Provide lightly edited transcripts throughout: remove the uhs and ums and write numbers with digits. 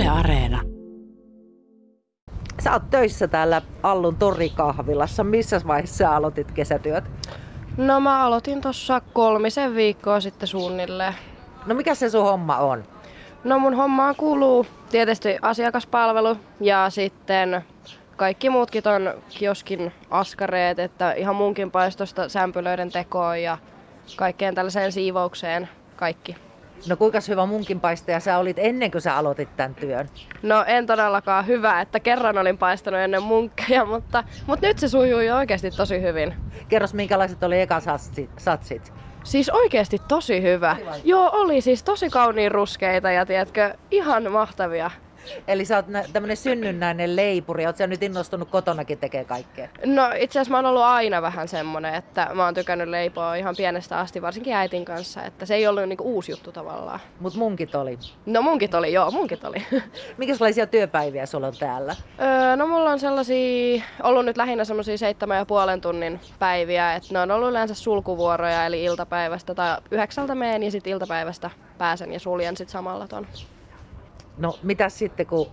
Yle Areena. Sä oot töissä täällä Allun torikahvilassa. Missä vaiheessa sä aloitit kesätyöt? No mä aloitin tuossa 3 viikkoa sitten suunnilleen. No mikä se sun homma on? No mun hommaan kuuluu tietysti asiakaspalvelu ja sitten kaikki muutkin ton kioskin askareet, että ihan munkin paistosta sämpylöiden tekoon ja kaikkeen tällaiseen siivoukseen kaikki. No kuinka hyvä munkinpaistaja sä olit ennen kuin sä aloitit tämän työn? No en todellakaan hyvä, että kerran olin paistanut ennen munkkeja, mutta nyt se sujuu jo oikeasti tosi hyvin. Kerros minkälaiset oli eka satsit? Siis oikeasti tosi hyvä. Joo, oli siis tosi kauniin ruskeita ja tiedätkö, ihan mahtavia. Eli sä oot tämmönen synnynnäinen leipuri. Oot sä nyt innostunut kotonakin tekee kaikkea? No itse asiassa mä oon ollut aina vähän semmonen, että mä oon tykännyt leipoa ihan pienestä asti, varsinkin äitin kanssa. Että se ei ollut niinku uusi juttu tavallaan. Mut munkit oli. No munkit oli. Minkälaisia työpäiviä sulla on täällä? No mulla on sellaisia, ollut nyt lähinnä semmosia 7,5 tunnin päiviä. Että ne on ollut yleensä sulkuvuoroja, eli iltapäivästä tai 9 meen ja sit iltapäivästä pääsen ja suljen sit samalla ton. No mitäs sitten kun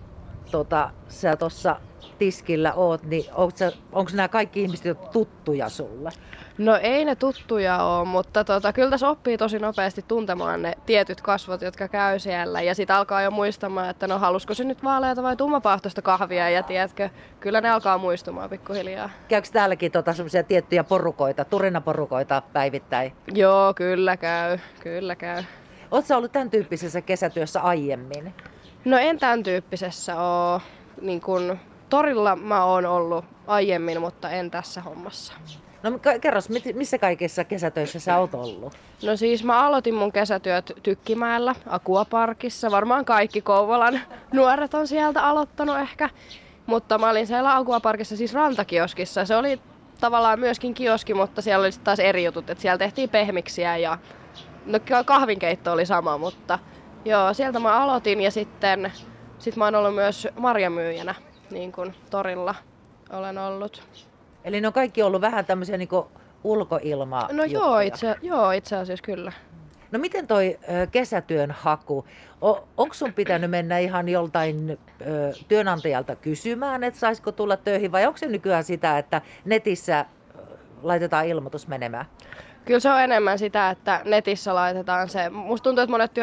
sä tuossa tiskillä oot, niin onko nämä kaikki ihmiset jo tuttuja sulle? No ei ne tuttuja ole, mutta kyllä tässä oppii tosi nopeasti tuntemaan ne tietyt kasvot, jotka käy siellä. Ja sit alkaa jo muistamaan, että no halusko se nyt vaaleata vai tummapahtoista kahvia ja tiedätkö, kyllä ne alkaa muistumaan pikkuhiljaa. Käykö täälläkin semmoisia tiettyjä porukoita, turinaporukoita päivittäin? Joo, kyllä käy. Ootko sä ollut tämän tyyppisessä kesätyössä aiemmin? No en tämän tyyppisessä oo. Niin kun, torilla mä oon ollut aiemmin, mutta en tässä hommassa. No kerros, missä kaikissa kesätöissä sä oot ollut? No siis mä aloitin mun kesätyöt Tykkimäellä, Aquaparkissa. Varmaan kaikki Kouvolan nuoret on sieltä aloittanut ehkä. Mutta mä olin siellä Aquaparkissa siis rantakioskissa. Se oli tavallaan myöskin kioski, mutta siellä oli taas eri jutut. Että siellä tehtiin pehmiksiä ja no, kahvinkeitto oli sama, mutta joo, sieltä mä aloitin ja sitten mä oon ollut myös marjamyyjänä, niin kuin torilla olen ollut. Eli ne on kaikki ollut vähän tämmöisiä niin ulkoilma. No itse asiassa kyllä. No miten toi kesätyön haku? Onko sun pitänyt mennä ihan joltain työnantajalta kysymään, että saisiko tulla töihin, vai onko se nykyään sitä, että netissä laitetaan ilmoitus menemään? Kyllä se on enemmän sitä, että netissä laitetaan se. Musta tuntuu, että monet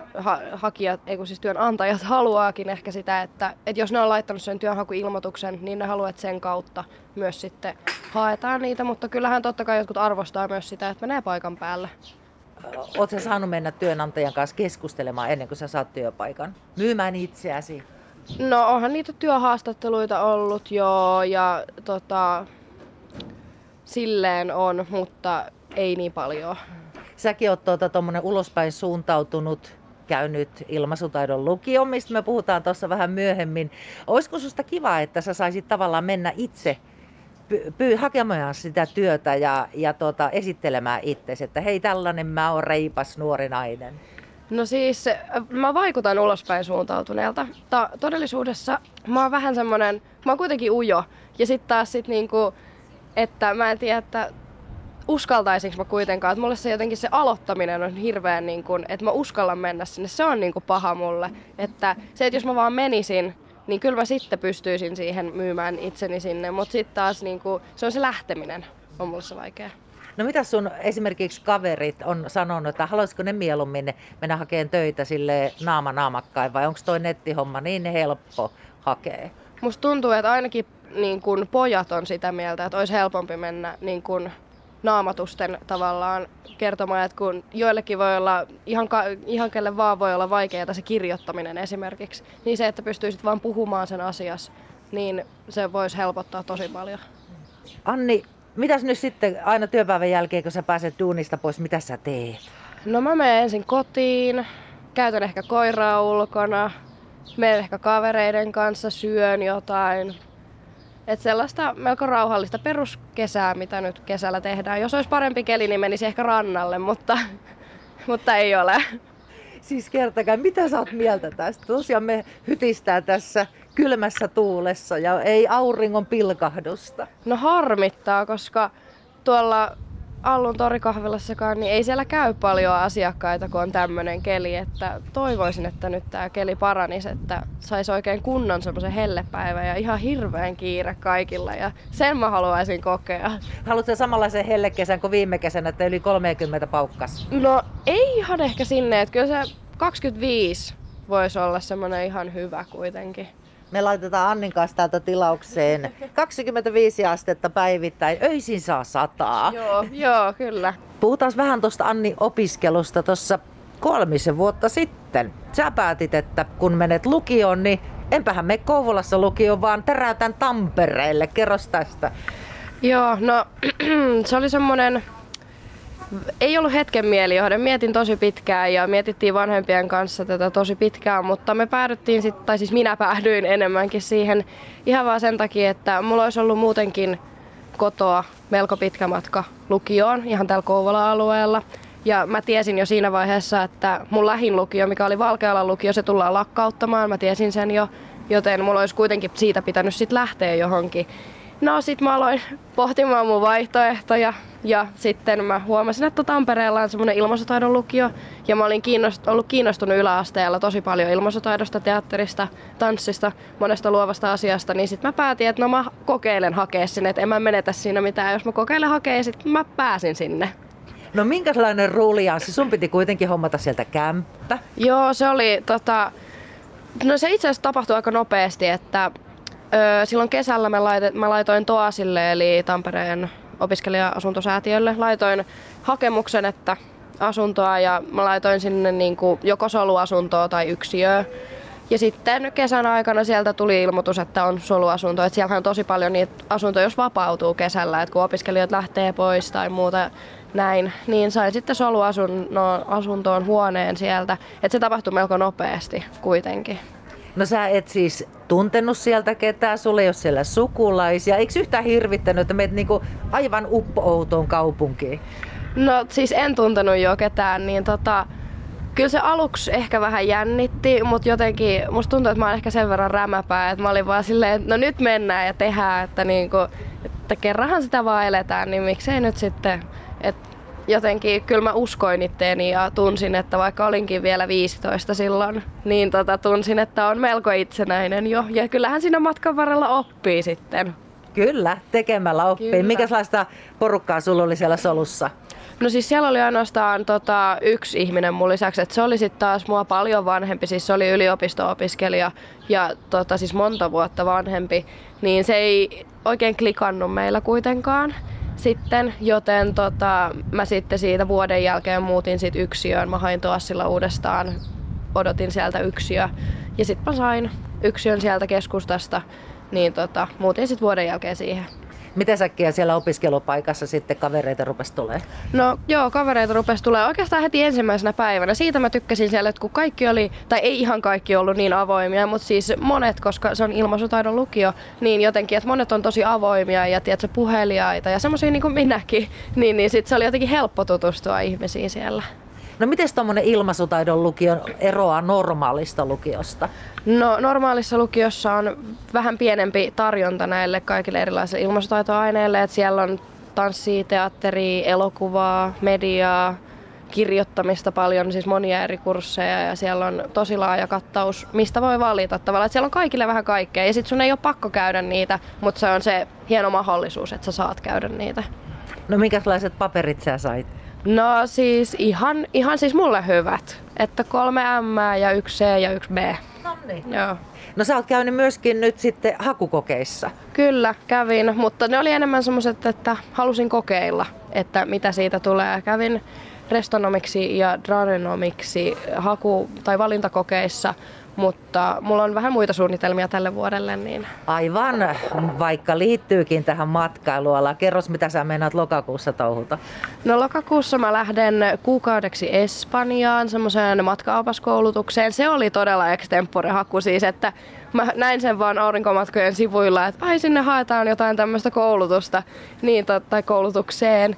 työnantajat haluaakin ehkä sitä, että jos ne on laittanut sen työnhakuilmoituksen, niin ne haluaa, että sen kautta myös sitten haetaan niitä. Mutta kyllähän totta kai jotkut arvostaa myös sitä, että menee paikan päälle. Oletko sä saanut mennä työnantajan kanssa keskustelemaan ennen kuin sä saat työpaikan? Myymään itseäsi? No onhan niitä työhaastatteluita ollut jo ja silleen on, mutta ei niin paljon. Säkin oot tommonen ulospäin suuntautunut, käynyt ilmaisutaidon lukion, mistä me puhutaan tuossa vähän myöhemmin. Olisiko susta kiva, että sä saisit tavallaan mennä itse hakemaan sitä työtä ja esittelemään itsesi, että hei, tällainen mä oon reipas nuori nainen? No siis mä vaikutan ulospäin suuntautuneelta. Todellisuudessa mä oon vähän semmonen, mä oon kuitenkin ujo. Ja sit taas niinku, että mä en tiedä, että uskaltaisinko mä kuitenkaan. Että mulle se jotenkin se aloittaminen on hirveän niin kuin, että mä uskallan mennä sinne. Se on niin kuin paha mulle. Että se, että jos mä vaan menisin, niin kyllä mä sitten pystyisin siihen myymään itseni sinne. Mutta sitten taas niin kuin, se on se lähteminen, on mulle se vaikea. No mitä sun esimerkiksi kaverit on sanonut, että haluaisiko ne mieluummin mennä hakemaan töitä sille naamakkain vai onko toi nettihomma niin helppo hakea? Musta tuntuu, että ainakin niin kun pojat on sitä mieltä, että olisi helpompi mennä niin kun naamatusten tavallaan kertomaan, että kun joillekin voi olla, ihan kelle vaan voi olla vaikeaa se kirjoittaminen esimerkiksi, niin se, että pystyisit vaan puhumaan sen asiassa, niin se voisi helpottaa tosi paljon. Anni, mitäs nyt sitten aina työpäivän jälkeen, kun sä pääset duunista pois, mitä sä teet? No mä menen ensin kotiin, käytän ehkä koiraa ulkona, menen ehkä kavereiden kanssa, syön jotain. Että sellaista melko rauhallista peruskesää, mitä nyt kesällä tehdään. Jos olisi parempi keli, niin menisi ehkä rannalle, mutta ei ole. Siis kertakaa, mitä sä oot mieltä tästä? Tosiaan me hytistää tässä kylmässä tuulessa ja ei auringon pilkahdusta. No harmittaa, koska tuolla Allun torikahvilassakaan, niin ei siellä käy paljon asiakkaita, kun on tämmönen keli, että toivoisin, että nyt tää keli paranisi, että sais oikein kunnon semmoisen hellepäivän ja ihan hirveän kiire kaikilla ja sen mä haluaisin kokea. Haluatko samanlaisen hellekesän kuin viime kesänä, että yli 30 paukkas? No ei ihan ehkä sinne, että kyllä se 25 voisi olla semmoinen ihan hyvä kuitenkin. Me laitetaan Annin kanssa täältä tilaukseen 25 astetta päivittäin, öisin saa 100. Joo, kyllä. Puhutaan vähän tuosta Anni opiskelusta tuossa 3 vuotta sitten. Sä päätit, että kun menet lukioon, niin enpähän mene Kouvolassa lukioon, vaan teräytän Tampereelle. Kerros tästä. Joo, no se oli semmonen, ei ollut hetken mielijohde. Mietin tosi pitkään ja mietittiin vanhempien kanssa tätä tosi pitkään, mutta me päädyttiin tai siis minä päädyin enemmänkin siihen ihan vaan sen takia, että mulla olisi ollut muutenkin kotoa melko pitkä matka lukioon, ihan täällä Kouvola-alueella. Ja mä tiesin jo siinä vaiheessa, että mun lähin lukio, mikä oli Valkealan lukio, se tullaan lakkauttamaan. Mä tiesin sen jo, joten mulla olisi kuitenkin siitä pitänyt sit lähteä johonkin. No sit mä aloin pohtimaan mun vaihtoehtoja ja sitten mä huomasin, että Tampereella on semmonen ilmaisutaidon lukio ja mä olin ollut kiinnostunut yläasteella tosi paljon ilmaisutaidosta, teatterista, tanssista, monesta luovasta asiasta, niin sit mä päätin, että no mä kokeilen hakea sinne, että en mä menetä siinä mitään, jos mä kokeilen hakea, sit mä pääsin sinne. No minkälainen ruulianssi? Sun piti kuitenkin hommata sieltä kämppä. Joo, se oli no se itse asiassa tapahtui aika nopeasti, että silloin kesällä mä laitoin TOASille eli Tampereen opiskelija-asuntosäätiölle. Laitoin hakemuksen, että asuntoa ja mä laitoin sinne niinku joko soluasuntoa tai yksiöä. Ja sitten kesän aikana sieltä tuli ilmoitus, että on soluasunto. Et siellähän on tosi paljon niitä asuntoja, jos vapautuu kesällä, että kun opiskelijat lähtee pois tai muuta näin, niin sain sitten soluasuntoon huoneen sieltä. Et se tapahtui melko nopeasti kuitenkin. No sä et siis tuntenut sieltä ketään, sulla ei ole siellä sukulaisia. Eikö yhtään hirvittänyt, että menet niinku aivan uppo-outoon kaupunkiin? No siis en tuntenut jo ketään, niin kyllä se aluksi ehkä vähän jännitti, mutta jotenkin musta tuntuu, että mä oon ehkä sen verran rämäpää, että mä olin vaan silleen, että no nyt mennään ja tehdään, että kerranhan sitä vaan eletään, niin miksei nyt sitten, että jotenkin kyllä mä uskoin itteeni ja tunsin, että vaikka olinkin vielä 15 silloin, niin tunsin, että on melko itsenäinen jo. Ja kyllähän siinä matkan varrella oppii sitten. Kyllä, tekemällä oppii. Kyllä. Minkälaista porukkaa sulla oli siellä solussa? No siis siellä oli ainoastaan yksi ihminen mun lisäksi, että se oli sitten taas mua paljon vanhempi, siis se oli yliopisto-opiskelija ja siis monta vuotta vanhempi, niin se ei oikein klikannut meillä kuitenkaan. Sitten, joten mä sitten siitä vuoden jälkeen muutin sit yksiöön. Mä hain TOASilla uudestaan, odotin sieltä yksiö ja sitten mä sain yksiön sieltä keskustasta, niin muutin sitten vuoden jälkeen siihen. Miten säkkiä siellä opiskelupaikassa sitten kavereita rupesi tulee? No joo, kavereita rupesi tulee oikeastaan heti ensimmäisenä päivänä. Siitä mä tykkäsin siellä, että kun kaikki oli, tai ei ihan kaikki ollut niin avoimia, mutta siis monet, koska se on ilmaisutaidon lukio, niin jotenkin, että monet on tosi avoimia ja tiedätkö, puheliaita ja semmoisia niin kuin minäkin, niin sit se oli jotenkin helppo tutustua ihmisiin siellä. No miten tuommoinen ilmaisutaidon lukio eroaa normaalista lukiosta? No normaalissa lukiossa on vähän pienempi tarjonta näille kaikille erilaisille ilmaisutaitoaineille. Et siellä on tanssia, teatteria, elokuvaa, mediaa, kirjoittamista paljon, siis monia eri kursseja ja siellä on tosi laaja kattaus, mistä voi valita tavallaan. Et siellä on kaikille vähän kaikkea ja sit sun ei ole pakko käydä niitä, mutta se on se hieno mahdollisuus, että sä saat käydä niitä. No minkälaiset paperit sä sait? No siis ihan siis mulle hyvät, että 3 M ja 1 C ja 1 B. Noniin. Joo. No sä oot käynyt myöskin nyt sitten hakukokeissa. Kyllä, kävin, mutta ne oli enemmän semmoiset, että halusin kokeilla, että mitä siitä tulee. Kävin restonomiksi ja dranenomiksi tai valintakokeissa, mutta mulla on vähän muita suunnitelmia tälle vuodelle. Niin. Aivan, vaikka liittyykin tähän matkailualaan. Kerros, mitä sä meinaat lokakuussa touhuta? No lokakuussa mä lähden kuukaudeksi Espanjaan semmoiseen matka-opaskoulutukseen. Se oli todella extempore haku siis, että mä näin sen vaan aurinkomatkojen sivuilla, että ai sinne haetaan jotain tämmöistä koulutusta tai koulutukseen.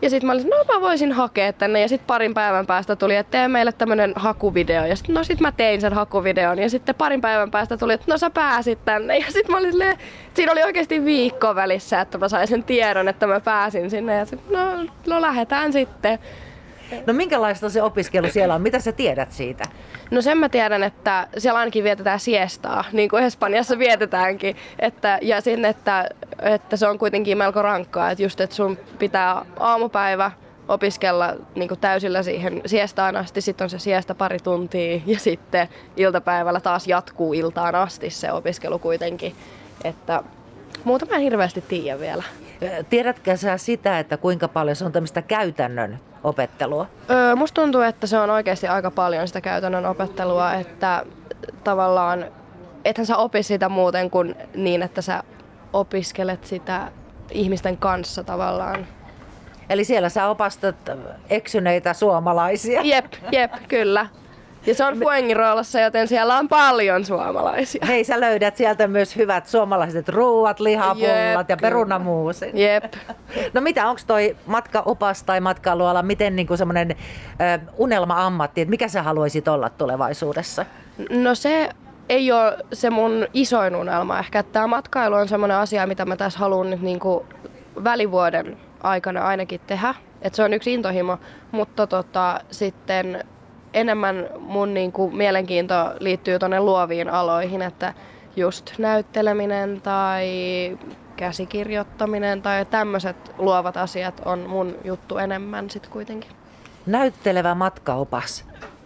Ja sitten mä olin, no mä voisin hakea tänne. Ja sitten parin päivän päästä tuli, että tee meille tämmönen hakuvideo. Ja sitten no sit mä tein sen hakuvideon. Ja sitten parin päivän päästä tuli, että no sä pääsit tänne. Ja sitten mä olin silleen, siinä oli oikeasti viikko välissä, että mä sain sen tiedon, että mä pääsin sinne. Ja sit, no lähdetään sitten. No minkälaista se opiskelu siellä on? Mitä sä tiedät siitä? No sen mä tiedän, että siellä ainakin vietetään siestaa, niin kuin Espanjassa vietetäänkin. Ja sen, että se on kuitenkin melko rankkaa, että just että sun pitää aamupäivä opiskella niin kuin täysillä siihen siestaan asti, sitten on se siesta pari tuntia ja sitten iltapäivällä taas jatkuu iltaan asti se opiskelu kuitenkin. Että muuta mä en hirveästi tiedä vielä. Tiedätkö sä sitä, että kuinka paljon se on tämmöistä käytännön opettelua? Musta tuntuu, että se on oikeasti aika paljon sitä käytännön opettelua, että tavallaan ethän sä opi sitä muuten kuin niin, että sä opiskelet sitä ihmisten kanssa tavallaan. Eli siellä sä opastat eksyneitä suomalaisia. Jep, kyllä. Ja se on Fuengiroolassa, joten siellä on paljon suomalaisia. Hei, sä löydät sieltä myös hyvät suomalaiset ruuat, lihapullat ja perunamuusit. Jep. No mitä, onko toi matkaopas tai matkailuala, miten niinku semmoinen unelma-ammatti, että mikä sä haluaisit olla tulevaisuudessa? No se ei ole se mun isoin unelma ehkä. Tämä matkailu on semmoinen asia, mitä mä tässä haluan nyt niinku välivuoden aikana ainakin tehdä. Et se on yksi intohimo, mutta sitten enemmän mun niinku mielenkiinto liittyy tuonne luoviin aloihin, että just näytteleminen tai käsikirjoittaminen tai tämmöiset luovat asiat on mun juttu enemmän sit kuitenkin. Näyttelevä matkaopas.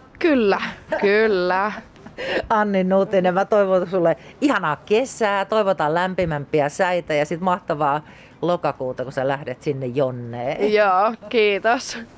Kyllä. Anni Nuutinen, mä toivon sulle ihanaa kesää, toivotan lämpimämpiä säitä ja sit mahtavaa lokakuuta, kun sä lähdet sinne Jonneen. Joo, kiitos.